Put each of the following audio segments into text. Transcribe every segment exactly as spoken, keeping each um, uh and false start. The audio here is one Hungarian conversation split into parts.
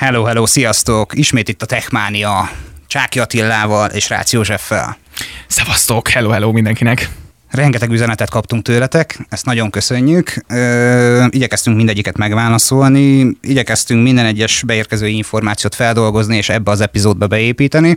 Hello, hello, sziasztok! Ismét itt a Techmania Csáky Attilával és Rácz Józseffel. Szevasztok, hello, hello mindenkinek! Rengeteg üzenetet kaptunk tőletek, ezt nagyon köszönjük. Ö, igyekeztünk mindegyiket megválaszolni, igyekeztünk minden egyes beérkező információt feldolgozni és ebbe az epizódba beépíteni.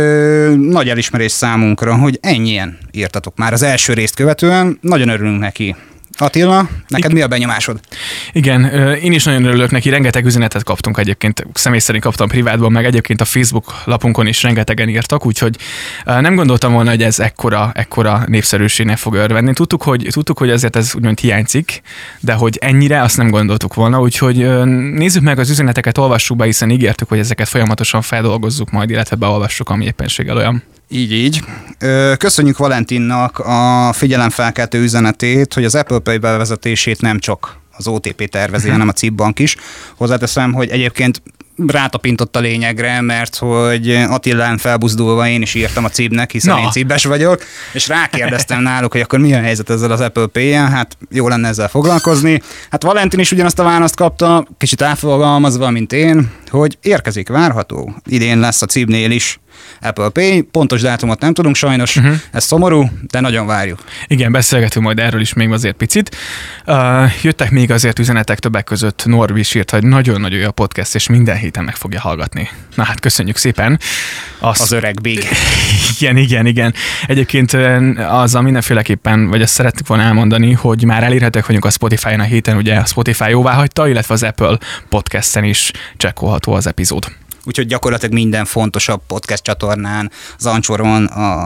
Ö, nagy elismerés számunkra, hogy ennyien írtatok már az első részt követően, nagyon örülünk neki. Attila, neked mi a benyomásod? Igen, én is nagyon örülök neki, rengeteg üzenetet kaptunk egyébként, személy szerint kaptam privátban, meg egyébként a Facebook lapunkon is rengetegen írtak, úgyhogy nem gondoltam volna, hogy ez ekkora, ekkora népszerűségnek fog örvenni. Tudtuk, hogy, tudtuk, hogy ezért ez úgymond hiányzik, de hogy ennyire azt nem gondoltuk volna, úgyhogy nézzük meg az üzeneteket, olvassuk be, hiszen ígértük, hogy ezeket folyamatosan feldolgozzuk majd, illetve beolvassuk, ami éppenséggel olyan. Így, így. Köszönjük Valentinnak a figyelemfelkeltő üzenetét, hogy az Apple Pay bevezetését nem csak az o té pé tervezi, uh-huh. hanem a cé i bé-bank is. Hozzáteszem, hogy egyébként rátapintott a lényegre, mert hogy Attilán felbuzdulva én is írtam a cé i bé-nek, hiszen no. én cé i bé-s vagyok, és rákérdeztem náluk, hogy akkor mi a helyzet ezzel az Apple Pay-en, hát jó lenne ezzel foglalkozni. Hát Valentin is ugyanazt a választ kapta, kicsit elfogalmazva, mint én, hogy érkezik, várható. Idén lesz a cé i bé-nél is Apple Pay, pontos dátumot nem tudunk sajnos, uh-huh. ez szomorú, de nagyon várjuk. Igen, beszélgetünk majd erről is még azért picit. Uh, jöttek még azért üzenetek, többek között Norvi is írt, hogy nagyon-nagyon jó a podcast, és minden héten meg fogja hallgatni. Na hát köszönjük szépen. Azt... Az öreg big. Igen, igen, igen. Egyébként azzal mindenféleképpen, vagy azt szerettük volna elmondani, hogy már elérhetőek vagyunk a Spotify-on a héten, ugye a Spotify jóvá hagyta, illetve az Apple podcasten is csekkolható az epizód. Úgyhogy gyakorlatilag minden fontosabb podcast csatornán, az Anchoron,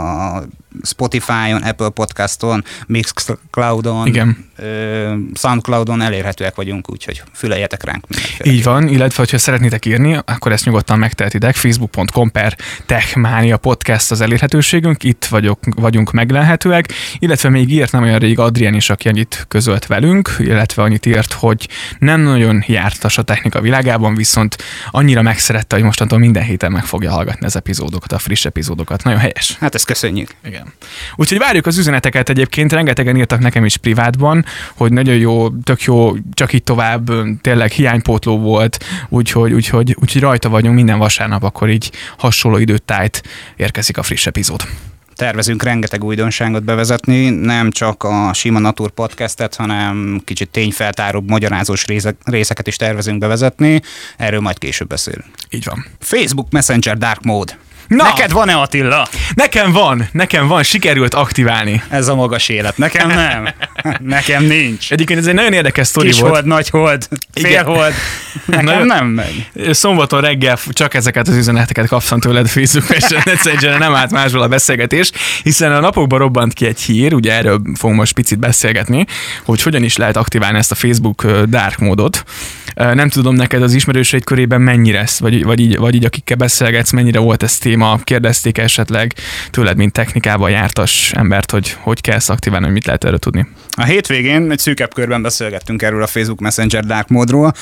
a Spotify-on, Apple Podcaston, Mixcloudon, igen. Soundcloudon elérhetőek vagyunk, úgyhogy füleljetek ránk mindenféle. Így van, illetve ha szeretnétek írni, akkor ezt nyugodtan megtehetitek. facebook pont com per Techmania Podcast az elérhetőségünk, itt vagyok, vagyunk meglehetőek, illetve még írt nem olyan rég Adrián is, aki annyit közölt velünk, illetve annyit írt, hogy nem nagyon jártas a technika világában, viszont annyira megszerette, hogy mostantól minden héten meg fogja hallgatni az epizódokat, a friss epizódokat. Nagyon helyes. Hát ezt köszönjük. Igen. Úgyhogy várjuk az üzeneteket egyébként, rengetegen írtak nekem is privátban, hogy nagyon jó, tök jó, csak így tovább, tényleg hiánypótló volt, úgyhogy, úgyhogy, úgyhogy rajta vagyunk minden vasárnap, akkor így hasonló időtájt érkezik a friss epizód. Tervezünk rengeteg újdonságot bevezetni, nem csak a sima Natur podcastet, hanem kicsit tényfeltáróbb, magyarázós részeket is tervezünk bevezetni, erről majd később beszélünk. Így van. Facebook Messenger Dark Mode. Na, neked van-e, Attila? Nekem van, nekem van, sikerült aktiválni. Ez a magas élet, nekem nem. Nekem nincs. Egyébként ez egy nagyon érdekes sztori Kis volt. hold, nagy hold, fél hold. Nekem nagyon, nem megy. Szombaton reggel csak ezeket az üzeneteket kaptam tőled Facebook Messenger-en, nem állt másról a beszélgetés, hiszen a napokban robbant ki egy hír, ugye erről fogunk most picit beszélgetni, hogy hogyan is lehet aktiválni ezt a Facebook Dark módot. Nem tudom neked az ismerőseid körében mennyire ezt, vagy, vagy, így, vagy így akikkel beszélgetsz, mennyire volt ez téma, kérdezték esetleg tőled, mint technikában jártas embert, hogy hogy kell ezt aktiválni, hogy mit lehet erről tudni? A hétvégén egy szűkebb körben beszélgettünk erről a Facebook Messenger Dark módról.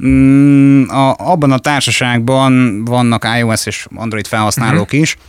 Mm, a, abban a társaságban vannak iOS és Android felhasználók uh-huh. is.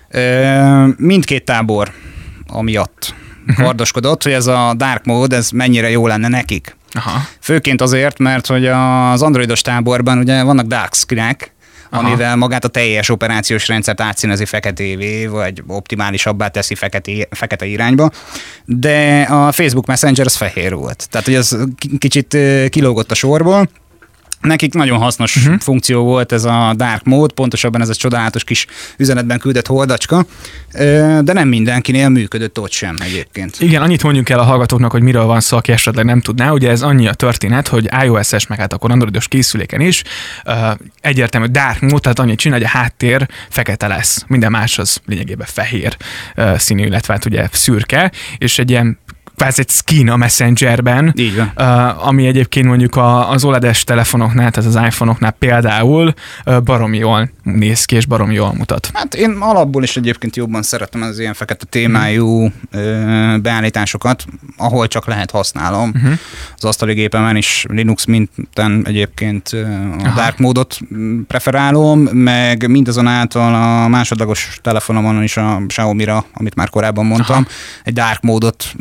E, mindkét tábor amiatt uh-huh. kardoskodott, hogy ez a Dark mód, ez mennyire jó lenne nekik. Aha. Főként azért, mert hogy az androidos táborban ugye vannak dark screen-ek, amivel magát a teljes operációs rendszert átszínezi feketévé, vagy optimálisabbá teszi fekete, fekete irányba, de a Facebook Messenger az fehér volt. Tehát, hogy ez kicsit kilógott a sorból. Nekik nagyon hasznos uh-huh. funkció volt ez a Dark Mode, pontosabban ez a csodálatos kis üzenetben küldött holdacska, de nem mindenkinél működött ott sem egyébként. Igen, annyit mondjunk el a hallgatóknak, hogy miről van szó, aki esetleg nem tudná. Ugye ez annyi a történet, hogy iOS-es, meg hát akkor androidos készüléken is egyértelmű Dark Mode, tehát annyit csinál, hogy a háttér fekete lesz. Minden más az lényegében fehér színű, illetve hát ugye szürke, és egy ilyen kvázi egy skin a Messengerben, uh, ami egyébként mondjuk a, az o el é des telefonoknál, tehát az iPhone-oknál például uh, baromi jól néz ki, és baromi jól mutat. Hát én alapból is egyébként jobban szeretem az ilyen fekete témájú uh, beállításokat, ahol csak lehet használom. Uh-huh. Az asztali gépemen is Linux minten egyébként uh, a Aha. Dark módot preferálom, meg mindazonáltal a másodlagos telefonomon is a Xiaomi-ra, amit már korábban mondtam, Aha. egy Dark módot, Dark módú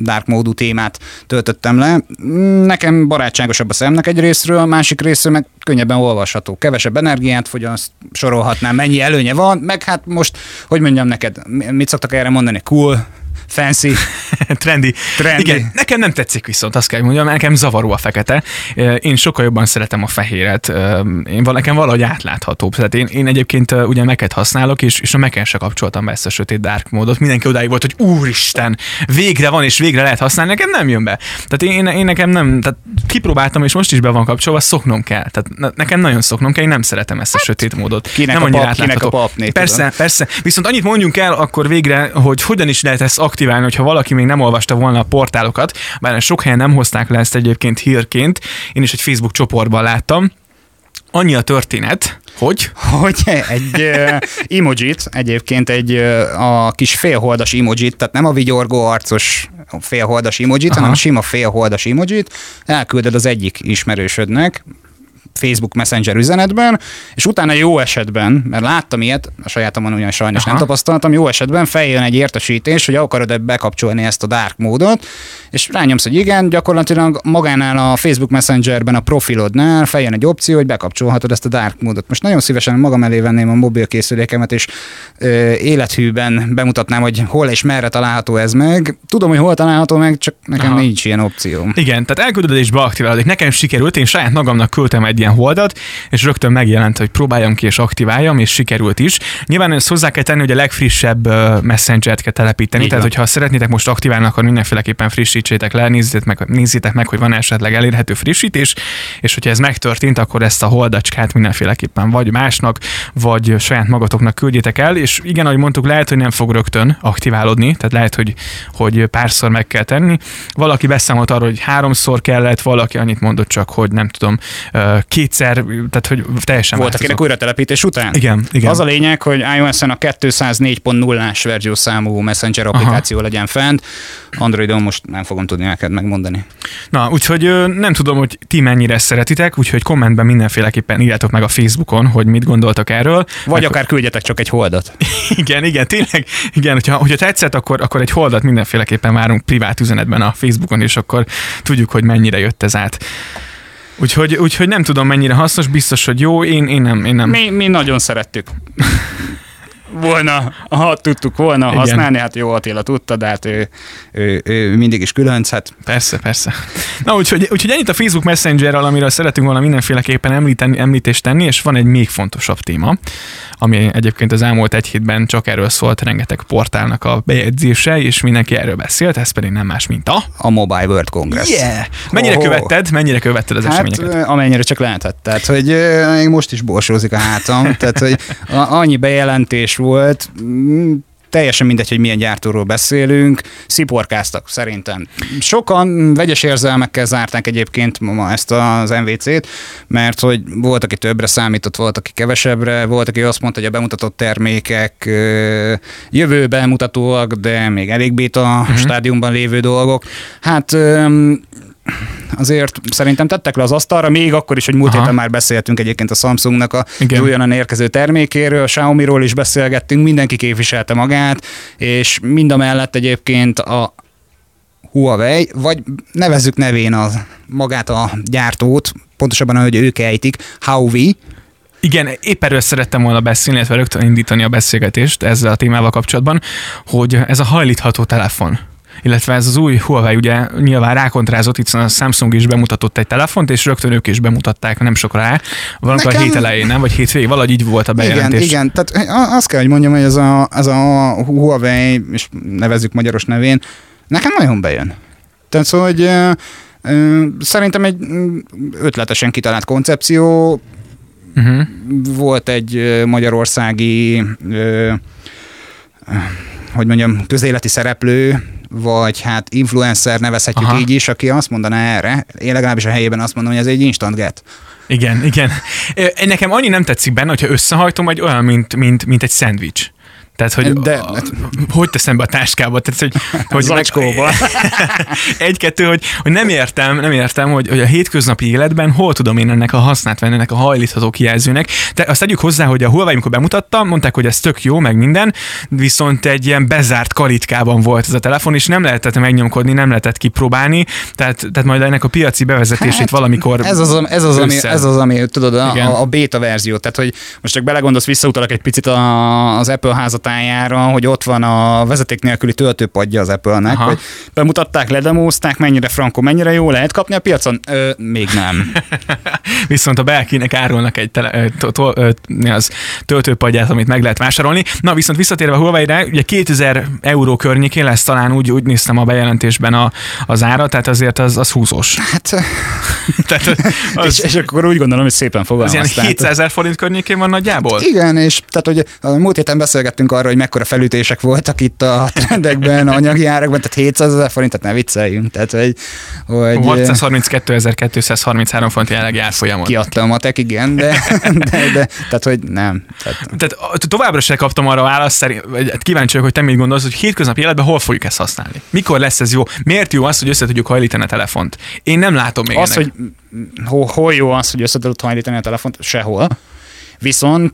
módú témát töltöttem le. Nekem barátságosabb a szemnek egy részről, a másik részről meg könnyebben olvasható. Kevesebb energiát fogyaszt, sorolhatnám, mennyi előnye van, meg hát most, hogy mondjam neked, mit szoktak erre mondani? Cool, fancy. Trendy. Trendy. Igen, nekem nem tetszik viszont, azt kell mondjam, nekem zavaró a fekete. Én sokkal jobban szeretem a fehéret. Én, nekem valahogy átláthatóbb. Tehát én, én egyébként ugye Mac-et használok, és, és a Mac-en se kapcsoltam be ezt a sötét dark módot. Mindenki odáig volt, hogy úristen, végre van, és végre lehet használni. Nekem nem jön be. Tehát én, én nekem nem, tehát kipróbáltam, és most is be van kapcsolva, szoknom kell. Tehát nekem nagyon szoknom kell, én nem szeretem ezt a sötét módot. Kinek nem a annyira pap, kinek a papné, Persze, tudom. persze. Viszont annyit mondjunk el akkor végre, hogy hogyan is lehet ezt aktiválni, hogyha valaki még nem olvasta volna a portálokat, bár sok helyen nem hozták le ezt egyébként hírként, én is egy Facebook csoportban láttam. Annyi a történet, hogy... Hogy egy uh, emojit, egyébként egy uh, a kis félholdas emojit, tehát nem a vigyorgó arcos félholdas emojit, Aha. hanem a sima félholdas emojit elküldöd az egyik ismerősödnek, Facebook Messenger üzenetben, és utána jó esetben, mert láttam ilyet, a sajátomon ugyan sajnos Aha. nem tapasztaltam, jó esetben feljön egy értesítés, hogy akarod-e bekapcsolni ezt a dark módot, és rányomsz, hogy igen, gyakorlatilag magánál a Facebook Messengerben a profilodnál feljön egy opció, hogy bekapcsolhatod ezt a dark módot. Most nagyon szívesen magam elé venném a mobilkészülékemet, és ö, élethűben bemutatnám, hogy hol és merre található ez meg. Tudom, hogy hol található meg, csak nekem Aha. nincs ilyen opció. Igen, tehát elküldöd és beaktiválod. Nekem sikerült, én saját magamnak küldtem egy ilyen holdat, és rögtön megjelent, hogy próbáljam ki és aktiváljam, és sikerült is. Nyilván ezt hozzá kell tenni, hogy a legfrissebb Messengert kell telepíteni, így tehát van. Hogyha szeretnétek most aktiválni, akkor mindenféleképpen frissítsétek le, nézzétek meg, nézzétek meg, hogy van esetleg elérhető frissítés, és hogyha ez megtörtént, akkor ezt a holdacskát mindenféleképpen vagy másnak, vagy saját magatoknak küldjétek el, és igen, ahogy mondtuk, lehet, hogy nem fog rögtön aktiválódni, tehát lehet, hogy, hogy párszor meg kell tenni. Valaki beszámolt arról, hogy háromszor kellett, valaki annyit mondott csak, hogy nem tudom, kétszer, tehát hogy teljesen volt, akinek újra telepítés után? Igen, igen. Az a lényeg, hogy iOS-en a kétszáznégy pont nullás verziószámú Messenger applikáció Aha. legyen fent. Androidon most nem fogom tudni neked megmondani. Na, úgyhogy nem tudom, hogy ti mennyire szeretitek, úgyhogy kommentben mindenféleképpen írjátok meg a Facebookon, hogy mit gondoltak erről. Vagy meg, akár küldjetek csak egy holdat. Igen, igen, tényleg, igen, hogyha, hogyha tetszett, akkor, akkor egy holdat mindenféleképpen várunk privát üzenetben a Facebookon, és akkor tudjuk, hogy mennyire jött ez át. Úgyhogy, úgyhogy nem tudom, mennyire hasznos, biztos, hogy jó, én, én nem. Én nem. Mi, mi nagyon szerettük. Volna, ha tudtuk volna Igen. használni, hát jó, Attila tudta, de hát ő, ő, ő mindig is különc, hát. Persze, persze. Na, úgyhogy, úgyhogy ennyit a Facebook Messengerrel, amiről szeretünk volna mindenféleképpen említeni, említést tenni, és van egy még fontosabb téma, ami egyébként az elmúlt egy hétben csak erről szólt, rengeteg portálnak a bejegyzése, és mindenki erről beszélt, ez pedig nem más, mint a... A Mobile World Congress. Yeah! Mennyire oh. követted, mennyire követted az hát, eseményeket? Amennyire csak lehetett. Tehát, hogy még most is borsózik a hátam, tehát, hogy annyi bejelentés volt, teljesen mindegy, hogy milyen gyártóról beszélünk, sziporkáztak szerintem. Sokan vegyes érzelmekkel zárták egyébként ma ezt az em vé cét, mert hogy volt, aki többre számított, volt, aki kevesebbre, volt, aki azt mondta, hogy a bemutatott termékek jövőben mutatóak, de még elég beta uh-huh. stádiumban lévő dolgok. Hát azért szerintem tettek le az asztalra, még akkor is, hogy múlt héten már beszéltünk egyébként a Samsungnak a újonnan érkező termékéről, a Xiaomiról is beszélgettünk, mindenki képviselte magát, és mind a mellett egyébként a Huawei, vagy nevezzük nevén a, magát a gyártót, pontosabban, ahogy ők ejtik, Huawei. Igen, épp erről szerettem volna beszélni, illetve rögtön indítani a beszélgetést ezzel a témával kapcsolatban, hogy ez a hajlítható telefon, illetve ez az új Huawei ugye nyilván rákontrázott, itt a Samsung is bemutatott egy telefont, és rögtön ők is bemutatták nem sok rá, valamikor Nekem... a hét elején, nem? Vagy hétvégén, valahogy így volt a bejelentés. Igen, igen, tehát azt kell, hogy mondjam, hogy ez a, ez a Huawei, és nevezzük magyaros nevén, nekem nagyon bejön. Tehát szóval, hogy ö, ö, szerintem egy ötletesen kitalált koncepció, uh-huh. volt egy ö, magyarországi ö, hogy mondjam, közéleti szereplő, vagy hát influencer nevezhetjük Aha. így is, aki azt mondaná erre, én legalábbis a helyében azt mondom, hogy ez egy instant get. Igen, igen. Nekem annyi nem tetszik benne, hogyha összehajtom, egy olyan, mint, mint, mint egy szendvics. Tehát, hogy De, a, hogy teszem be a táskába? Tehát, hogy, hogy zacskóba. Egy-kettő, hogy, hogy nem értem, nem értem, hogy, hogy a hétköznapi életben hol tudom én ennek a hasznát venni, ennek a hajlítható kijelzőnek. De azt tegyük hozzá, hogy a Huawei, amikor bemutattam, mondták, hogy ez tök jó, meg minden, viszont egy ilyen bezárt kalitkában volt ez a telefon, és nem lehetett megnyomkodni, nem lehetett kipróbálni, tehát, tehát majd ennek a piaci bevezetését hát, valamikor ez az, ez az, ami, ez az, ami tudod, a, a beta verzió, tehát hogy most csak belegondolsz, visszautalak egy picit a, az Apple házatájára, hogy ott van a vezeték nélküli töltőpadja az Apple-nek, hogy bemutatták, ledemózták, mennyire frankó, mennyire jó lehet kapni a piacon? Ö, még nem. Viszont a Belkinek árulnak egy tele, to, to, to, az töltőpadját, amit meg lehet vásárolni. Na, viszont visszatérve a Huawei-re, ugye kétezer euró környékén lesz talán úgy, úgy néztem a bejelentésben a, az ára, tehát azért az, az húzós. Hát, tehát az, és, és akkor úgy gondolom, hogy szépen fogalmaztál. Az ilyen hétszázezer forint környékén van nagyjából? Igen, és tehát, hogy a múlt héten beszélgettünk arról, hogy mekkora felütések voltak itt a trendekben, anyagi árakban, tehát hétszázezer forintot ne vicceljünk. Tehát, hogy, hogy hatszázharminckétezer-kétszázharminchárom forint jelenlegi árfolyamon. Kiadta a matek, igen, de, de, de tehát, hogy nem. Tehát, tehát továbbra sem kaptam arra a választ, szerint, kíváncsi vagyok, hogy te mit gondolsz, hogy hétköznapi életben hol fogjuk ezt használni? Mikor lesz ez jó? Miért jó az, hogy össze tudjuk hajlítani a telefont? Én nem látom még az, ennek. hogy hol, hol jó az, hogy össze tudod hajlítani a telefont? Sehol. Viszont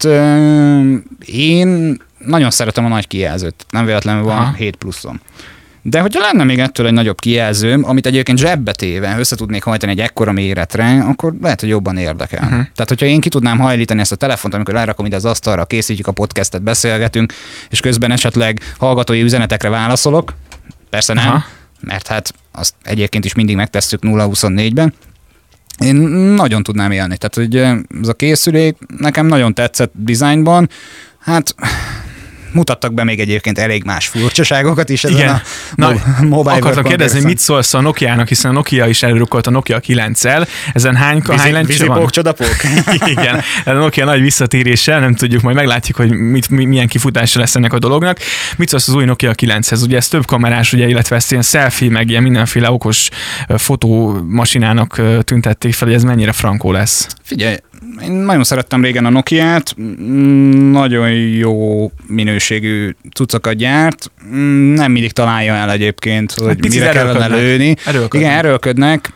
én nagyon szeretem a nagy kijelzőt. Nem véletlenül van Aha. hét pluszom. De hogyha lenne még ettől egy nagyobb kijelzőm, amit egyébként zsebbe téve össze tudnék hajtani egy ekkora méretre, akkor lehet, hogy jobban érdekel. Uh-huh. Tehát, hogyha én ki tudnám hajlítani ezt a telefont, amikor lerakom ide az asztalra, készítjük a podcastet, beszélgetünk, és közben esetleg hallgatói üzenetekre válaszolok, persze nem, Aha. mert hát azt egyébként is mindig megtesszük nulla huszonnégyben, én nagyon tudnám élni. Tehát, hogy ez a készülék nekem nagyon tetszett dizájnban, hát mutattak be még egyébként elég más furcsaságokat is ezen Igen. a mo- mobile akartam kérdezni, mit szólsz a Nokiának, hiszen a Nokia is előrukkolt a Nokia kilenccel. Ezen hány, Vizi, hány lencse van? Vízipók, csodapók. Igen, a Nokia nagy visszatéréssel, nem tudjuk, majd meglátjuk, hogy mit, milyen kifutása lesz ennek a dolognak. Mit szólsz az új Nokia kilenchez? Ugye ez több kamerás, ugye, illetve ezt ilyen selfie, meg ilyen mindenféle okos fotómasinának tüntették fel, hogy ez mennyire frankó lesz. Figyelj, én nagyon szerettem régen a Nokiát, nagyon jó minőségű cuccokat gyárt, nem mindig találja el egyébként, hogy hát mire kellene lőni. Erőlködnek. Igen, erőlködnek,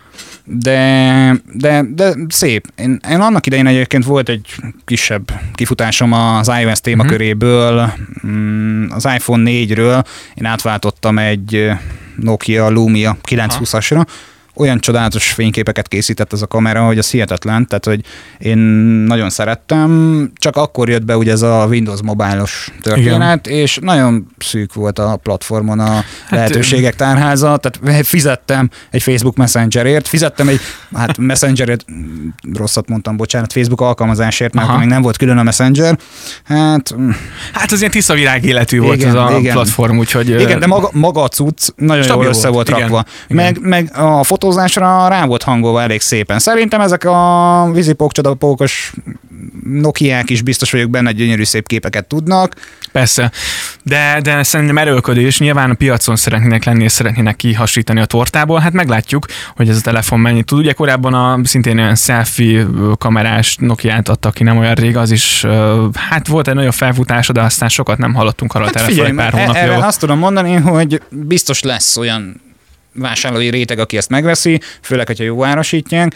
de, de, de szép. Én, én annak idején egyébként volt egy kisebb kifutásom az iOS témaköréből, az iPhone négyről, én átváltottam egy Nokia Lumia kilencszázhúszasra, olyan csodálatos fényképeket készített ez a kamera, hogy az hihetetlen, tehát hogy én nagyon szerettem, csak akkor jött be ugye ez a Windows Mobile-os történet, Igen. és nagyon szűk volt a platformon a hát, lehetőségek tárháza, tehát fizettem egy Facebook Messengerért, fizettem egy, hát Messengerért, rosszat mondtam, bocsánat, Facebook alkalmazásért, mert még nem volt külön a Messenger, hát... Hát az ilyen tiszta világ életű volt igen, ez a igen. platform, úgyhogy... Igen, de maga, maga a cucc nagyon jól össze volt, volt rakva. Igen. Meg, meg a fotózásra rá volt hangolva elég szépen. Szerintem ezek a vízipók, csodapókos Nokiák is biztos vagyok benne, gyönyörű szép képeket tudnak. Persze, de, de szerintem erőlködés, nyilván a piacon szeretnének lenni, és szeretnének kihasítani a tortából, hát meglátjuk, hogy ez a telefon mennyit tud. Ugye korábban a szintén olyan selfie kamerás Nokiát adtak ki nem olyan rég, az is, hát volt egy nagyon felfutása, de aztán sokat nem hallottunk arra hát a telefon egy pár hónapja. Erre azt tudom mondani, hogy biztos lesz olyan vásárlói réteg, aki ezt megveszi, főleg, hogyha jó árasítják.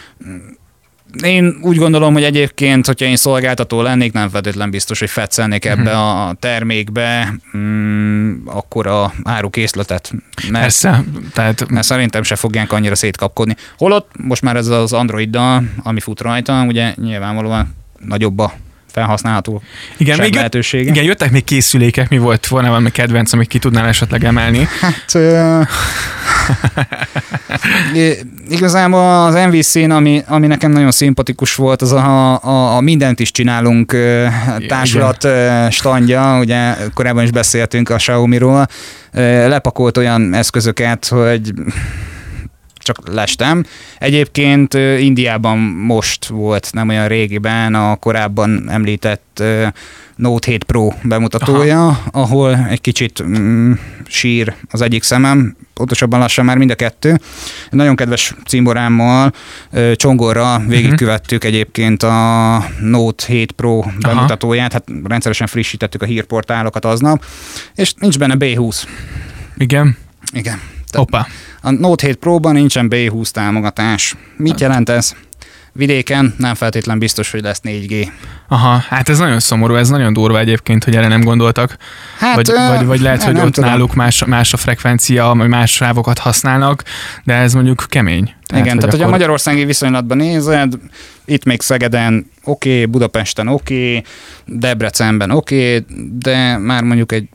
Én úgy gondolom, hogy egyébként, hogyha én szolgáltató lennék, nem feltétlen biztos, hogy fetszelnék ebbe uh-huh. a termékbe mm, akkor a árukészletet. Mert, Persze. Tehát... mert szerintem se fogják annyira szétkapkodni. Holott most már ez az Androiddal, ami fut rajta, ugye nyilvánvalóan nagyobb a felhasználható igen, még lehetősége. Igen, jöttek még készülékek, mi volt, volna valami kedvenc, amit ki tudnál esetleg emelni? Hát uh, igazából az em vé cén, ami, ami nekem nagyon szimpatikus volt, az a, a, a mindent is csinálunk uh, társulat uh, standja, ugye korábban is beszéltünk a Xiaomi-ról, uh, lepakolt olyan eszközöket, hogy csak lestem. Egyébként Indiában most volt, nem olyan régiben, a korábban említett Note hét Pro bemutatója, aha. ahol egy kicsit mm, sír az egyik szemem, pontosabban lassan már mind a kettő. Egy nagyon kedves cimborámmal, csongorra végigkövettük egyébként a Note hét Pro bemutatóját, hát rendszeresen frissítettük a hírportálokat aznap, és nincs benne bé húsz. Igen? Igen. Hoppá. A Note hét Pro-ban nincsen bé húsz támogatás. Mit jelent ez? Vidéken nem feltétlen biztos, hogy lesz négy gé. Aha, hát ez nagyon szomorú, ez nagyon durva egyébként, hogy erre nem gondoltak. Hát, vagy, ö, vagy, vagy lehet, hogy ott tudom. Náluk más, más a frekvencia, vagy más sávokat használnak, de ez mondjuk kemény. Tehát, Igen, hogy tehát akkor... hogy a magyarországi viszonylatban nézed, itt még Szegeden oké, okay, Budapesten oké, okay, Debrecenben oké, okay, de már mondjuk egy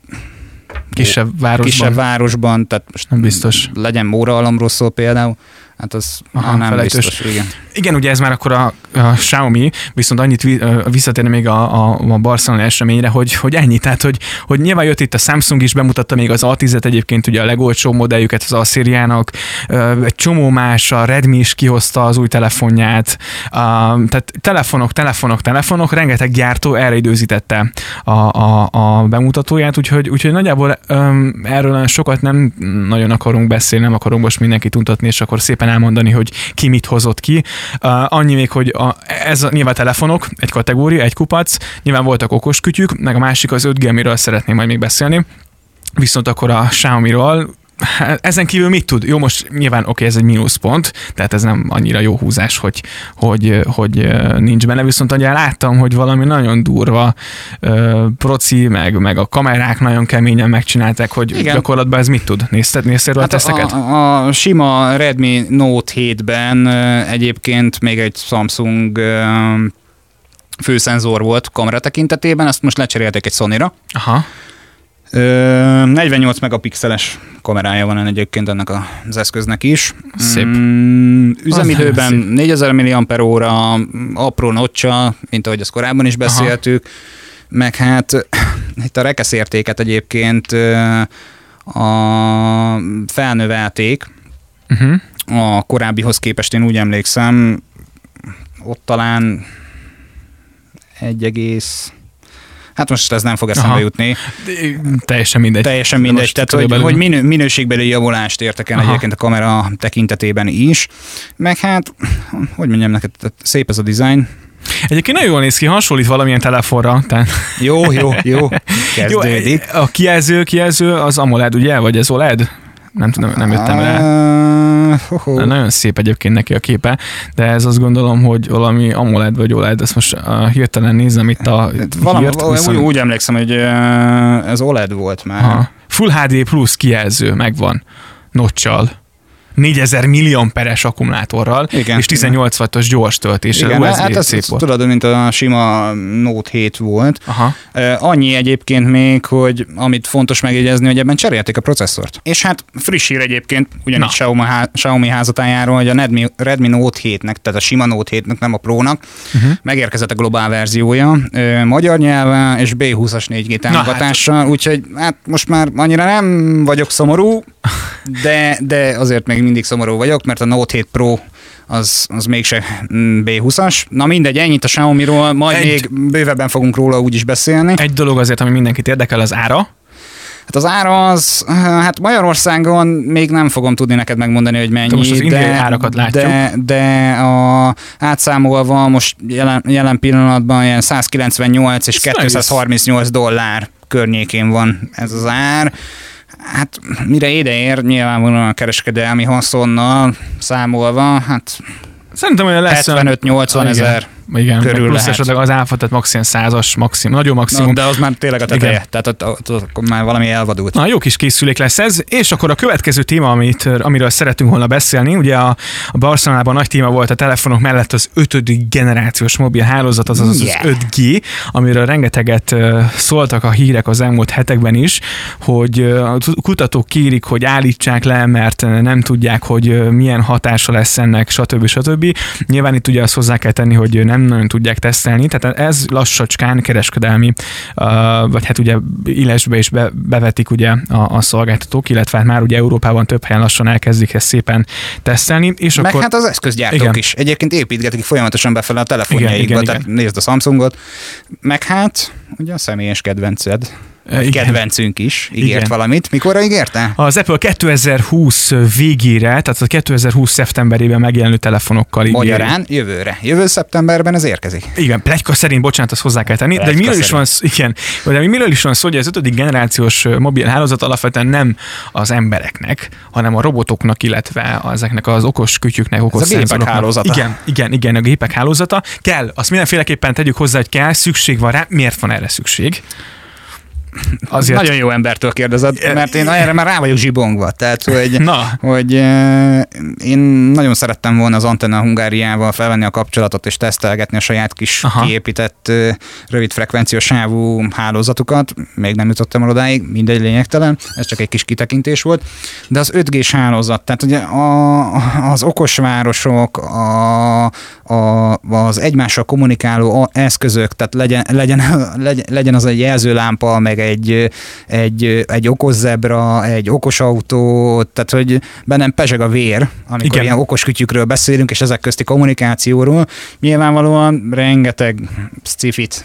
kisebb városban, kisebb városban tehát most nem biztos. Legyen Móra-Alomról szól például, hát az Aha, nem felejtős. Biztos, igen. Igen, ugye ez már akkor a, a Xiaomi, viszont annyit visszatérni még a, a, a Barcelona eseményre, hogy, hogy ennyi, tehát hogy, hogy nyilván jött itt a Samsung is, bemutatta még az á tízet egyébként, ugye a legolcsóbb modelljüket az A-szériának, egy csomó más, a Redmi is kihozta az új telefonját, a, tehát telefonok, telefonok, telefonok, rengeteg gyártó erre időzítette a, a, a bemutatóját, úgyhogy, úgyhogy nagyjából um, erről sokat nem nagyon akarunk beszélni, nem akarunk most mindenkit untatni, és akkor szépen elmondani, hogy ki mit hozott ki. Uh, annyi még, hogy a, ez a, nyilván telefonok, egy kategória, egy kupac, nyilván voltak okos kütyük, meg a másik az öt gé, amiről szeretném majd még beszélni. Viszont akkor a Xiaomi-ról ezen kívül mit tud? Jó, most nyilván oké, okay, ez egy mínuszpont, tehát ez nem annyira jó húzás, hogy, hogy, hogy nincs benne, viszont ugye láttam, hogy valami nagyon durva uh, proci, meg, meg a kamerák nagyon keményen megcsinálták, hogy Igen. gyakorlatban ez mit tud? Nézted, nézted hát a teszteket? A, a sima Redmi Note hétben uh, egyébként még egy Samsung uh, főszenzor volt kamera tekintetében, ezt most lecserélték egy Sonyra. Aha. negyvennyolc megapixeles kamerája van egyébként ennek az eszköznek is. Szép. Mm, üzemidőben négyezer milliampere-óra, apró notcha, mint ahogy azt korábban is beszéltük, Aha. meg hát itt a rekeszértéket egyébként a felnövelték uh-huh. a korábbihoz képest, én úgy emlékszem, ott talán egy egész Hát most ez nem fog eszembe Aha. jutni. Teljesen mindegy. Teljesen mindegy. Tehát, hogy, hogy minő, minőségbeli javulást értek el Aha. egyébként a kamera tekintetében is. Meg hát, hogy mondjam neked, szép ez a dizájn. Egyébként nagyon jól néz ki, hasonlít valamilyen telefonra. Tehát... Jó, jó, jó. Kezdődik. Jó, a kijelző, kijelző az AMOLED, ugye? Vagy ez o el e dé? Nem tudom, nem jöttem rá. Uh, uh, nagyon szép egyébként neki a képe, de ez azt gondolom, hogy valami AMOLED vagy o el e dé, ezt most uh, hirtelen nézem itt a Valami, hírt. Viszont... Úgy, úgy emlékszem, hogy uh, ez o el e dé volt már. Aha. Full há dé plusz kijelző megvan, notch-sal. négyezer milliamperes akkumulátorral, igen, és tizennyolc wattos gyors töltéssel. Igen, hát ez, ez tudod, mint a sima Note hét volt. Aha. Annyi egyébként még, hogy amit fontos megjegyezni, hogy ebben cserélték a processzort. És hát friss hír egyébként, ugyanígy Xiaomi, há, Xiaomi házatájáról, hogy a Redmi, Redmi Note hétnek, tehát a sima Note hétnek, nem a Pro-nak, uh-huh. megérkezett a globál verziója, magyar nyelven és bé húszas négy gé támogatással, hát. úgyhogy hát most már annyira nem vagyok szomorú, de, de azért még mindig szomorú vagyok, mert a Note hét Pro az, az mégse bé húszas. Na mindegy, ennyit a Xiaomi-ról, majd egy, még bővebben fogunk róla úgyis beszélni. Egy dolog azért, ami mindenkit érdekel, az ára. Hát az ára az, hát Magyarországon még nem fogom tudni neked megmondani, hogy mennyi, most az de, árakat látjuk. De, de a, átszámolva most jelen, jelen pillanatban ilyen százkilencvennyolc és kétszázharmincnyolc dollár környékén van ez az ár. Hát mire ide ér, nyilvánvalóan a kereskedelmi haszonnal számolva, hát szerintem olyan lesz hetvenöt-nyolcvan ezer igen, körül plusz lehet. esetleg az áfa, tehát maximum százas, maximum, nagyon maximum. Na, de az már tényleg a teteje, igen. tehát ott, ott, ott, ott már valami elvadult. Na, jó kis készülék lesz ez, és akkor a következő téma, amit, amiről szeretünk volna beszélni, ugye a, a Barcelonában nagy téma volt a telefonok mellett az ötödik generációs mobil hálózat, azaz az, yeah. az öt gé, amiről rengeteget uh, szóltak a hírek az elmúlt hetekben is, hogy uh, a kutatók kérik, hogy állítsák le, mert nem tudják, hogy uh, milyen hatása lesz ennek, stb. stb. Nyilván itt ugye azt hozzá kell tenni, hogy nem nem nagyon tudják tesztelni, tehát ez lassacskán kereskedelmi, vagy hát ugye illesbe is be, bevetik ugye a, a szolgáltatók, illetve hát már ugye Európában több helyen lassan elkezdik ezt szépen tesztelni. És meg akkor... hát az eszközgyártók igen. is. Egyébként építgetik folyamatosan befele a telefonjaikba, tehát igen. nézd a Samsungot, meg hát ugye a személyes kedvenced. Igen. Kedvencünk is ígért igen. valamit. Mikorra ígérte? Az Apple kétezer-húsz végére, tehát a kétezer-húsz szeptemberében megjelenő telefonokkal ígér. Magyarán jövőre. Jövő szeptemberben ez érkezik. Igen, pletyka szerint, bocsánat, azt hozzá kell tenni. Pletyka de miről is van szó, igen, de miről is van szó, hogy az ötödik generációs mobil hálózat alapvetően nem az embereknek, hanem a robotoknak, illetve ezeknek az okos kütyüknek, okos ez a gépek hálózata. Igen, igen, igen, a gépek hálózata. Kell, azt mindenféleképpen tegyük hozzá, hogy kell, szükség van rá. Miért van erre szükség? Azért... Nagyon jó embertől kérdezed, mert én erre már rá vagyok zsibongva. Tehát, hogy, hogy én nagyon szerettem volna az Antenna Hungáriával felvenni a kapcsolatot és tesztelgetni a saját kis Aha. kiépített rövid frekvenciós sávú hálózatukat. Még nem jutottam el odáig, mindegy lényegtelen, ez csak egy kis kitekintés volt. De az öt gés hálózat, tehát ugye a, az okosvárosok, a, a, az egymással kommunikáló eszközök, tehát legyen, legyen, legyen az egy jelzőlámpa, meg egy, egy, egy okos zebra, egy okos autó, tehát hogy bennem pezseg a vér, amikor Igen. ilyen okos kütyükről beszélünk, és ezek közti kommunikációról. Nyilvánvalóan rengeteg sci-fit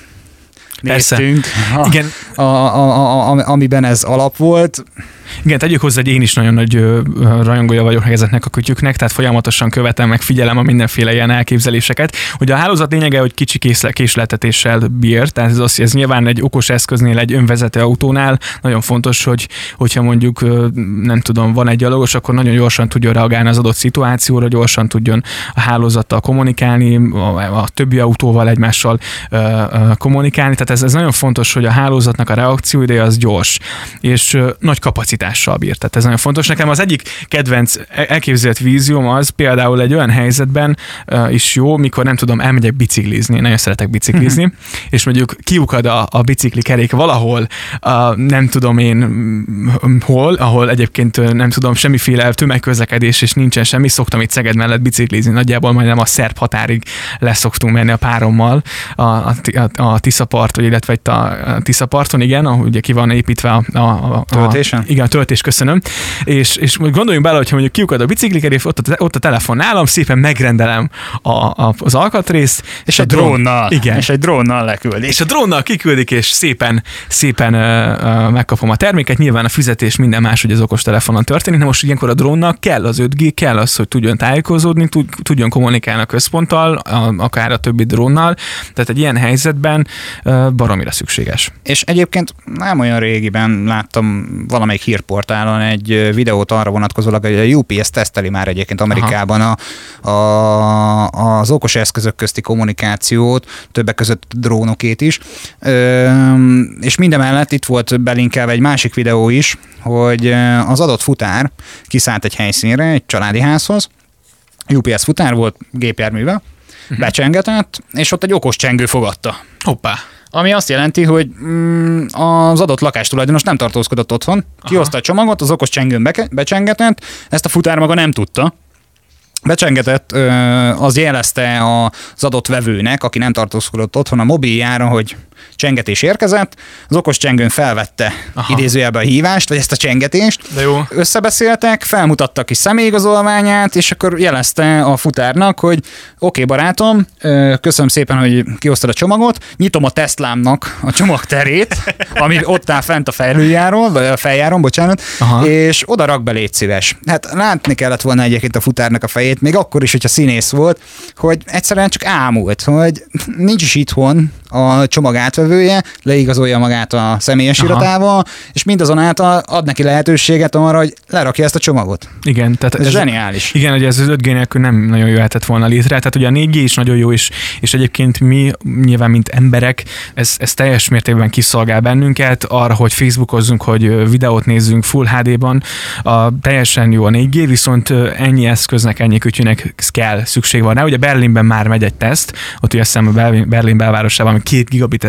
néztünk, a, Igen. A, a, a, a, amiben ez alap volt. Igen, tegyük hozzá, hogy én is nagyon nagy ö, rajongója vagyok ezeknek a kütyüknek, tehát folyamatosan követem, meg figyelem a mindenféle ilyen elképzeléseket. Ugye a hálózat lényege, hogy kicsi készle, késleltetéssel bír, tehát ez, az, ez nyilván egy okos eszköznél, egy önvezető autónál nagyon fontos, hogy hogyha mondjuk nem tudom, van egy gyalogos, akkor nagyon gyorsan tudjon reagálni az adott szituációra, gyorsan tudjon a hálózattal kommunikálni, a, a többi autóval egymással ö, ö, kommunikálni, tehát ez, ez nagyon fontos, hogy a hálózatnak a reakcióideje az gyors, és ö, nagy kapacitással bír. Tehát ez nagyon fontos. Nekem az egyik kedvenc elképzelt vízióm az például egy olyan helyzetben uh, is jó, mikor nem tudom, elmegyek biciklizni, nagyon szeretek biciklizni, uh-huh. és mondjuk kiukad a, a bicikli kerék valahol, uh, nem tudom én hol, ahol egyébként nem tudom, semmiféle tömegközlekedés és nincsen semmi, szoktam itt Szeged mellett biciklizni, nagyjából majdnem a szerb határig leszoktunk menni a párommal a, a, a, a Tiszapart, illetve itt a, a Tiszaparton, igen, ahol ugye ki van építve a, a, a töltésen? Igen, a töltés, köszönöm. És, és gondoljunk bele, hogyha mondjuk kiukad a biciklikerés, ott a, ott a telefon nálam, szépen megrendelem a, a, az alkatrészt. És, és a drónnal. Igen. És egy drónnal leküldik. És a drónnal kiküldik, és szépen, szépen uh, uh, megkapom a terméket. Nyilván a fizetés minden más, hogy az okos telefonon történik. De most ilyenkor a drónnal kell az öt G, kell az, hogy tudjon tájékozódni, tud, tudjon kommunikálni a központtal, a, akár a többi drónnal. Tehát egy ilyen helyzetben uh, baromira szükséges. És egyébként nem olyan régiben láttam valamelyik hírportálon egy videót arra vonatkozólag, hogy a U P S teszteli már egyébként Amerikában a, a, az okos eszközök közti kommunikációt, többek között drónokét is. Ö, és mindemellett itt volt belinkelve egy másik videó is, hogy az adott futár kiszállt egy helyszínre, egy családi házhoz, U P S futár volt gépjárművel, uh-huh. becsengetett, és ott egy okos csengő fogadta. Hoppá! Ami azt jelenti, hogy mm, az adott lakástulajdonos nem tartózkodott otthon, kihozta a csomagot, az okos csengőn beke, becsengetett, ezt a futár maga nem tudta. Becsengetett, az jelezte az adott vevőnek, aki nem tartózkodott otthon a mobiljára, hogy csengetés érkezett, az okos csengőn felvette Aha. idézőjelben a hívást, vagy ezt a csengetést, de jó. Összebeszéltek, felmutatta a kis személyigazolványát, és akkor jelezte a futárnak, hogy oké, okay, barátom, köszönöm szépen, hogy kihoztad a csomagot, nyitom a Teslámnak a csomagterét, ami ott áll fent a felüljáron, vagy a feljáron, bocsánat, Aha. és oda rak be, légy szíves. Hát látni kellett volna egyébként a futárnak a fejét, még akkor is, hogyha színész volt, hogy egyszerűen csak ámult, hogy nincs is itthon a csomag átvevője, leigazolja magát a személyes Aha. iratával, és mindazonáltal ad neki lehetőséget arra, hogy lerakja ezt a csomagot. Igen, tehát ez, ez zseniális. Igen, hogy ez az öt G nélkül nem nagyon jöhetett volna létre, tehát ugye a négy G is nagyon jó, és, és egyébként mi nyilván, mint emberek, ez, ez teljes mértékben kiszolgál bennünket arra, hogy Facebookozzunk, hogy videót nézzünk Full há dé-ban, a, teljesen jó a négy G, viszont ennyi eszköznek, ennyi kütyűnek kell, szükség van rá. Ugye Berlinben már megy egy teszt, ott ugye azt hiszem a Berlin belvárosában két gigabit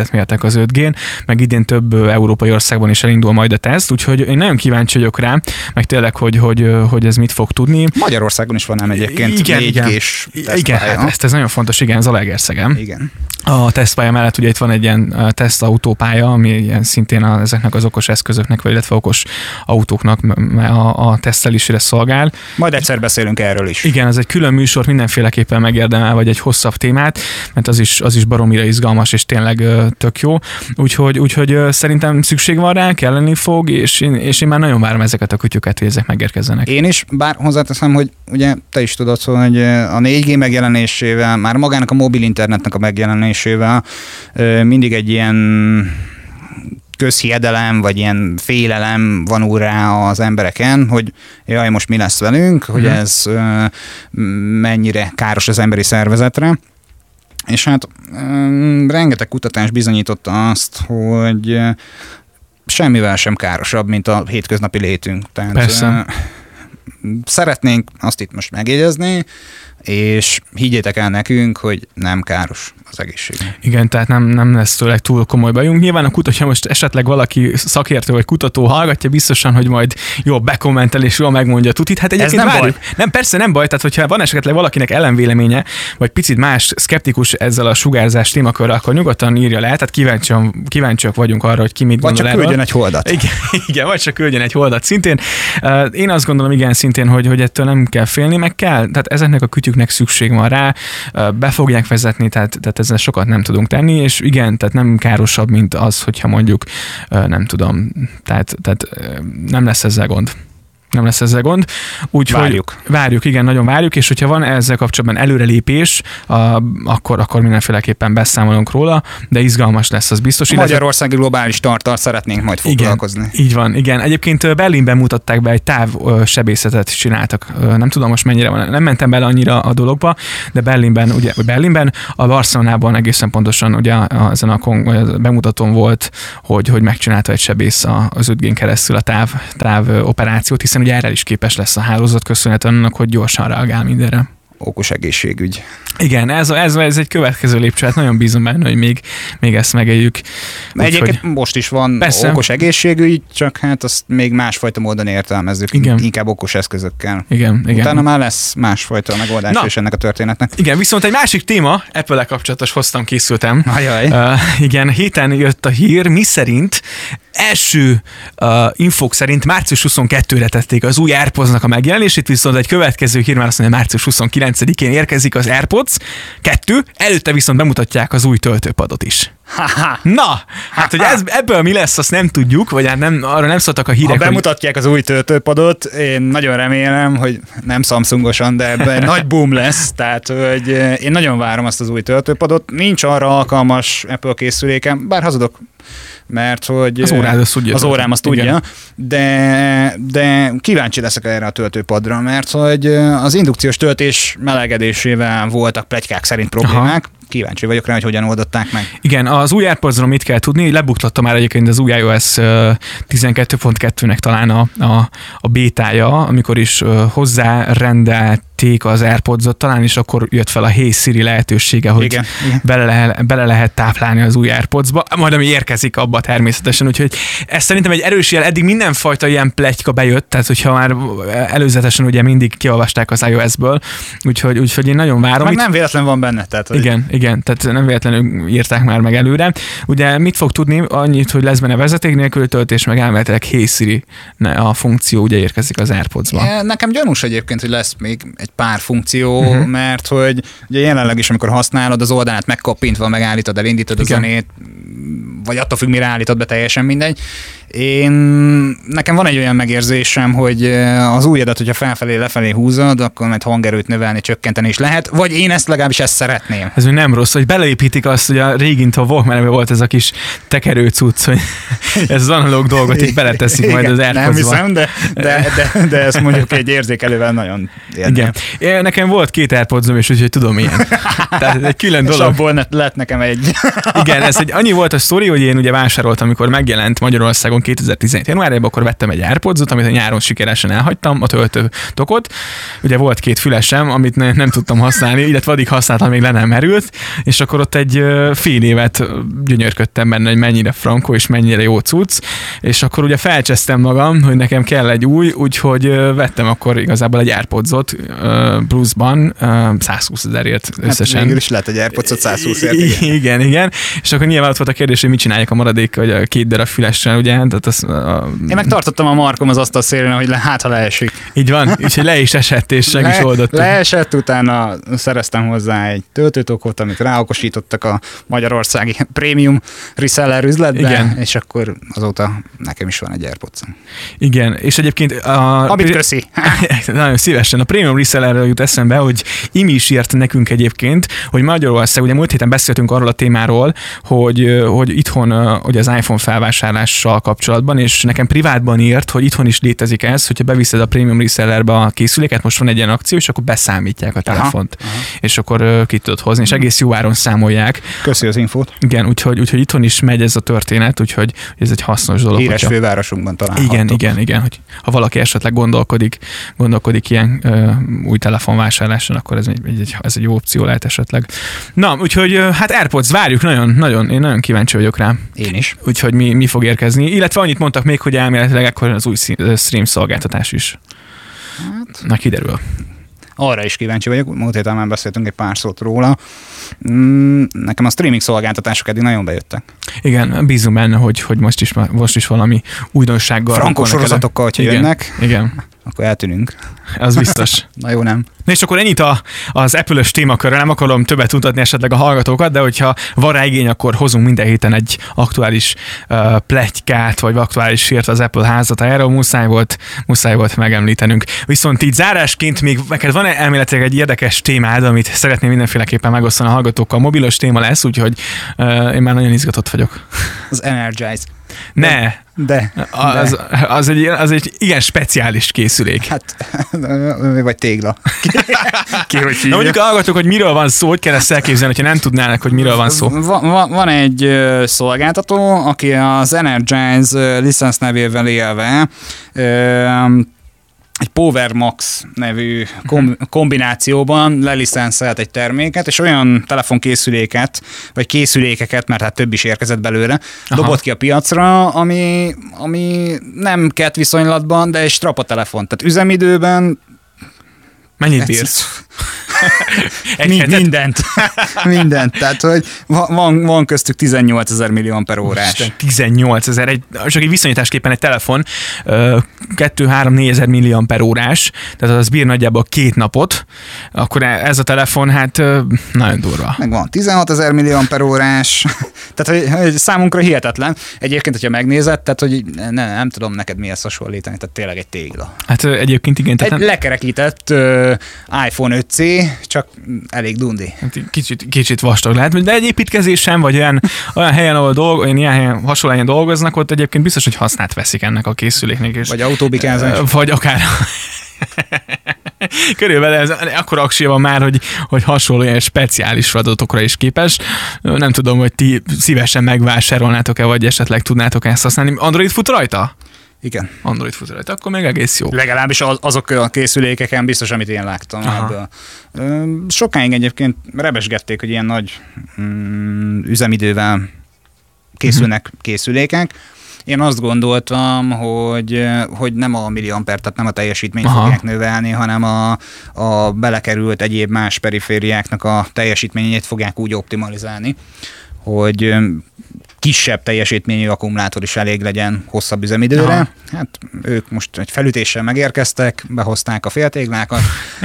életmértek az öt gén, meg idén több európai országban is elindul majd a teszt, úgyhogy én nagyon kíváncsi vagyok rá, meg tényleg, hogy, hogy, hogy ez mit fog tudni. Magyarországon is van ám egyébként igen, négy igen. gés Igen, hát ezt ez nagyon fontos, igen, Zalaegerszegen. Igen. A tesztpálya mellett ugye itt van egy ilyen tesztautópálya, ami ilyen szintén a, ezeknek az okos eszközöknek, vagy illetve okos autóknak a, a tesztelésére szolgál. Majd egyszer beszélünk erről is. Igen, ez egy külön műsor, mindenféleképpen megérdemel, vagy egy hosszabb témát, mert az is, az is baromira izgalmas, és tényleg tök jó. Úgyhogy, úgyhogy szerintem szükség van rá, kelleni fog, és én, és én már nagyon várom ezeket a kütyüket, hogy ezek megérkezzenek. Én is, bár hozzáteszem, hogy ugye te is tudod, hogy a négy gé megjelenésével, már magának a mobil internetnek a megjelenésével mindig egy ilyen közhiedelem, vagy ilyen félelem van úr rá az embereken, hogy jaj, most mi lesz velünk, hogy uh-huh. ez mennyire káros az emberi szervezetre. És hát rengeteg kutatás bizonyította azt, hogy semmivel sem károsabb, mint a hétköznapi létünk. Tehát Persze. Szeretnénk azt itt most megjegyezni, és higgyétek el nekünk, hogy nem káros az egészség. Igen, tehát nem, nem lesz tőle túl komoly bajunk. Nyilván a kutatja most esetleg valaki szakértő vagy kutató hallgatja biztosan, hogy majd jó bekommentel és jól megmondja tutit. Hát egyébként Ez nem várjuk. baj. Nem, persze nem baj, tehát hogyha van esetleg valakinek ellenvéleménye, vagy picit más szkeptikus ezzel a sugárzás témakörrel, akkor nyugodtan írja le, tehát kíváncsian, kíváncsiak vagyunk arra, hogy ki mit vagy gondol csak erről. küldjön egy holdat. Igen, igen, vagy csak küldjön egy holdat szintén. Én azt gondolom, igen, szintén, hogy, hogy ettől nem kell félni, meg kell, tehát ezeknek a kütyüknek szükség van rá, be fogják vezetni, tehát, tehát ezzel sokat nem tudunk tenni, és igen, tehát nem károsabb, mint az, hogyha mondjuk nem tudom, tehát, tehát nem lesz ezzel gond. Nem lesz ezzel gond. Úgyhogy várjuk. Várjuk, igen, nagyon várjuk, és hogyha van ezzel kapcsolatban előrelépés, akkor, akkor mindenféleképpen beszámolunk róla, de izgalmas lesz, az biztos. Magyarországi globális tarttal szeretnénk majd foglalkozni. Igen, így van, igen. Egyébként Berlinben mutatták be, egy távsebészetet csináltak. Nem tudom most mennyire van, nem mentem bele annyira a dologba, de Berlinben, ugye, vagy Berlinben, a Barcelonában egészen pontosan ugye ezen a bemutatón volt, hogy, hogy megcsinálta egy sebész az öt gén keresztül a táv, táv operációt, hiszen ugye erre is képes lesz a hálózat köszönhetően annak, hogy gyorsan reagál mindenre. Okos egészségügy. Igen, ez, ez, ez egy következő lépcső, hát nagyon bízom benne, hogy még, még ezt megéljük. Egyébként hogy... most is van persze. Okos egészségügy, csak hát azt még másfajta módon értelmezzük, igen. Inkább okos eszközökkel. Igen, igen. Utána már lesz másfajta megoldás is ennek a történetnek. Igen, viszont egy másik téma, Apple-el kapcsolatos hoztam, készültem. Ajaj. Uh, igen, héten jött a hír, mi szerint első uh, infók szerint március huszonkettőre tették az új AirPods-nak a megjelenését, viszont egy következő hír már azt mondja, március huszonkilencedikén érkezik az AirPods kettő, előtte viszont bemutatják az új töltőpadot is. Na, hát hogy ez, ebből mi lesz, azt nem tudjuk, vagy hát nem, arra nem szóltak a hírek. Ha bemutatják hogy... az új töltőpadot, én nagyon remélem, hogy nem Samsungosan, de ebben egy nagy boom lesz, tehát hogy én nagyon várom azt az új töltőpadot. Nincs arra alkalmas Apple készülékem, bár hazudok, mert hogy az, órád, az, az órám azt tudja, de, de kíváncsi leszek erre a töltőpadra, mert hogy az indukciós töltés melegedésével voltak pletykák szerint problémák. Aha. Kíváncsi vagyok rá, hogy hogyan oldották meg. Igen, az új AirPods-ról mit kell tudni? Lebuktatta már egyébként az új iOS tizenkettő pont kettőnek talán a, a, a bétája, amikor is hozzárendelték az AirPods-ot, talán is akkor jött fel a Hey Siri lehetősége, hogy igen, igen. Bele, lehet, bele lehet táplálni az új AirPods-ba, majd ami érkezik abba természetesen, úgyhogy ez szerintem egy erős jel, eddig mindenfajta ilyen pletyka bejött, tehát hogyha már előzetesen ugye mindig kiolvasták az iOS-ből, úgyhogy, úgyhogy én nagyon várom. Meg itt... nem véletlen van benne. Tehát, hogy... Igen, igen, tehát nem véletlenül írták már meg előre. Ugye mit fog tudni? Annyit, hogy lesz benne vezeték nélküli töltés, meg elméletileg Hey Siri a funkció ugye érkezik az AirPods-ba. Nekem gyanús egyébként, hogy lesz még egy pár funkció, uh-huh. mert hogy ugye jelenleg is, amikor használod, az oldalát megkappintva, megállítod, elindítod igen. a zenét, vagy attól függ, mire állítod be, teljesen mindegy. Én, nekem van egy olyan megérzésem, hogy az új adat, hogyha felfelé, lefelé húzod, akkor majd hangerőt növelni, csökkenteni is lehet, vagy én ezt legalábbis ezt szeretném. Ez még nem rossz, hogy beleépítik azt, hogy a régint a Walkman-ben volt ez a kis tekerő cucc, hogy ez az analóg dolgot itt beleteszik majd az AirPods-ba. Nem hiszem, de, de, de, de ezt mondjuk egy érzékelővel nagyon érdekes. Igen. Nekem volt két AirPods-om, és úgyhogy tudom ilyen. Tehát egy külön dolog. És abból lett nekem egy. Igen, ez egy, annyi volt a sztori, hogy én ugye vásároltam, amikor megjelent Magyarországon kétezer-tizenhét januárjában, akkor vettem egy AirPods-ot, amit a nyáron sikeresen elhagytam, a töltőtokot. Ugye volt két fülesem, amit ne, nem tudtam használni, illetve addig használtam, még le nem merült, és akkor ott egy fél évet gyönyörködtem benne, hogy mennyire frankó és mennyire jó cucc, és akkor ugye felcsesztem magam, hogy nekem kell egy új, úgyhogy vettem akkor igazából egy AirPods-ot pluszban százhúszezerért összesen. Hát végül is lehet egy AirPods-ot százhúszért. Igen. igen, igen. És akkor nyilván ott volt a kérdés, hogy mit csinálják a maradék, vagy a két darab fülessel, ugye? Tehát az, a... Én meg tartottam a markom az asztal szélén, hogy le, hát ha leesik. Így van, úgyhogy le is esett, és meg le, is oldottuk. Leesett, utána szereztem hozzá egy töltőtokot, amit ráokosítottak a magyarországi prémium reseller üzletbe, igen. És akkor azóta nekem is van egy AirPods-om. Igen, és egyébként... A... Amit köszi. Nagyon szívesen. A prémium resellerről jut eszembe, hogy Imi is írt nekünk egyébként, hogy Magyarország, ugye múlt héten beszéltünk arról a témáról, hogy, hogy itthon ugye az iPhone felvásárlással kapcsolatban, és nekem privátban írt, hogy itthon is létezik ez, hogyha beviszed a prémium resellerbe a készüléket, most van egy ilyen akció, és akkor beszámítják a telefont. Aha, aha. És akkor ki tudod hozni, és egész jó áron számolják. Köszi az infót. Igen, úgyhogy, úgyhogy itthon is megy ez a történet, úgyhogy ez egy hasznos dolog. Híres hogyha... fővárosunkban találhatók. Igen, igen, igen, hogy ha valaki esetleg gondolkodik, gondolkodik ilyen ö, új telefonvásárláson, akkor ez egy, egy, ez egy jó opció lehet esetleg. Na, úgyhogy hát AirPods várjuk, nagyon, nagyon, én nagyon kíváncsi vagyok rá. Én is. Úgyhogy mi, mi fog érkezni, illetve annyit mondtak még, hogy elméletileg akkor az új stream szolgáltatás is. Hát... Na, kiderül. Arra is kíváncsi vagyok, múlt héten már beszéltünk egy pár szót róla. Nekem a streaming szolgáltatások eddig nagyon bejöttek. Igen, bízunk benne, hogy, hogy most, is, most is valami újdonsággal. Frankos sorozatokkal, hogyha igen, jönnek, igen. akkor eltűnünk. Az biztos. Na jó, nem. Na és akkor ennyit a, az Apple-ös témakörről, nem akarom többet mutatni esetleg a hallgatókat, de hogyha van rá igény, akkor hozunk minden héten egy aktuális uh, pletykát, vagy aktuális hírt az Apple házatájáról, muszáj volt, muszáj volt megemlítenünk. Viszont így zárásként még neked van elméletileg egy érdekes témád, amit szeretném mindenféleképpen megosztani a hallgatókkal. Mobilos téma lesz, úgyhogy uh, én már nagyon izgatott vagyok. Az Energize. Ne! De. de. Az, az, egy, az egy igen speciális készülék. Hát, vagy tégla. Ki, hogy Na mondjuk hallgatok, hogy miről van szó, hogy kell ezt elképzelni, hogyha nem tudnának, hogy miről van szó. Van, van egy szolgáltató, aki az Energize licensz nevével élve egy PowerMax nevű kom- kombinációban lelicenszelt egy terméket, és olyan telefonkészüléket, vagy készülékeket, mert hát több is érkezett belőle, aha, dobott ki a piacra, ami, ami nem kett viszonylatban, de egy strapa telefon. Tehát üzemidőben mennyit bírsz? Mi, mindent. mindent. Tehát, hogy van, van köztük tizennyolcezer milliamper órás. tizennyolcezer, egy, csak egy viszonyításképpen egy telefon kettő-három-négyezer milliamper órás, tehát az bír nagyjából két napot, akkor ez a telefon hát nagyon durva. Meg van tizenhatezer milliamper órás, tehát hogy, hogy számunkra hihetetlen. Egyébként, hogyha megnézed, tehát hogy ne, nem tudom neked mihez hasonlítani, tehát tényleg egy tégla. Hát egyébként igen. Egy nem... lekerekített uh, iPhone öt cé, csak elég dundi. Kicsit, kicsit vastag lehet, de egy építkezés sem, vagy olyan, olyan helyen, ahol dolg, olyan ilyen helyen, hasonló helyen dolgoznak, ott egyébként biztos, hogy hasznát veszik ennek a készüléknek. És, vagy autóbikázás. Vagy akár... Körülbelül ez akkor aksia van már, hogy, hogy hasonló ilyen speciális feladatokra is képes. Nem tudom, hogy ti szívesen megvásárolnátok-e, vagy esetleg tudnátok ezt használni. Android fut rajta? Igen. Android fut rajta, akkor még egész jó. Legalábbis az, azok a készülékeken biztos, amit én láttam. Ebből. Sokáig egyébként rebesgették, hogy ilyen nagy mm, üzemidővel készülnek uh-huh. készülékek. Én azt gondoltam, hogy, hogy nem a milliamper, tehát nem a teljesítményt aha. fogják növelni, hanem a, a belekerült egyéb más perifériáknak a teljesítményét fogják úgy optimalizálni, hogy kisebb teljesítményű akkumulátor is elég legyen hosszabb üzemidőre. Aha. Hát ők most egy felütéssel megérkeztek, behozták a féltéglákat.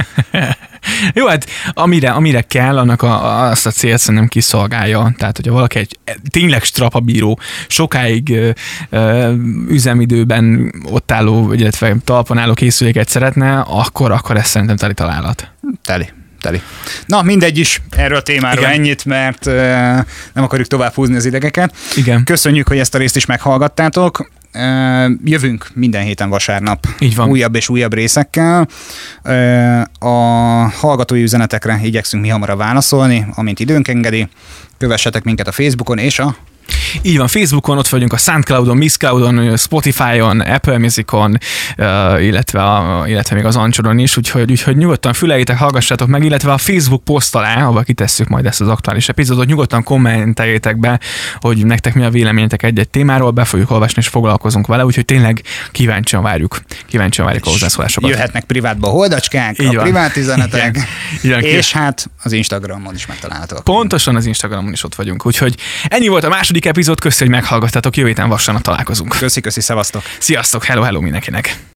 Jó, hát amire, amire kell, annak a, azt a célt szerintem kiszolgálja. Tehát, hogyha valaki egy tényleg strapabíró, sokáig ö, ö, üzemidőben ott álló, illetve talpon álló készüléket szeretne, akkor, akkor ez szerintem teli találat. Teli. Teli. Na, mindegy is erről a témáról igen. ennyit, mert uh, nem akarjuk tovább húzni az idegeket. Igen. Köszönjük, hogy ezt a részt is meghallgattátok. Uh, jövünk minden héten vasárnap így van. Újabb és újabb részekkel. Uh, a hallgatói üzenetekre igyekszünk mi hamarabb válaszolni, amint időnk engedi. Kövessetek minket a Facebookon és a Így van, Facebookon ott vagyunk, a Soundcloudon, Mixcloudon, Spotify-on, Apple Musicon, illetve, a, illetve még az Anchoron is, úgyhogy, úgyhogy nyugodtan füleitek, hallgassátok meg, illetve a Facebook poszt alá, ahol kitesszük majd ezt az aktuális epizódot, nyugodtan kommenteljétek be, hogy nektek mi a véleményetek egy-egy témáról, be fogjuk olvasni és foglalkozunk vele, úgyhogy tényleg kíváncsian várjuk, kíváncsian várjuk a hozzászólásokat. Jöhetnek privátba a holdacskák, Így a van. privát üzenetek, Igen. és hát az Instagramon is megtalálhatók. Pontosan az Instagramon is ott vagyunk, úgyhogy ennyi volt a második epizód, köszi, hogy meghallgattátok, jövő héten vasárnap találkozunk. Köszi, köszi, szevasztok! Sziasztok, hello, hello mindenkinek!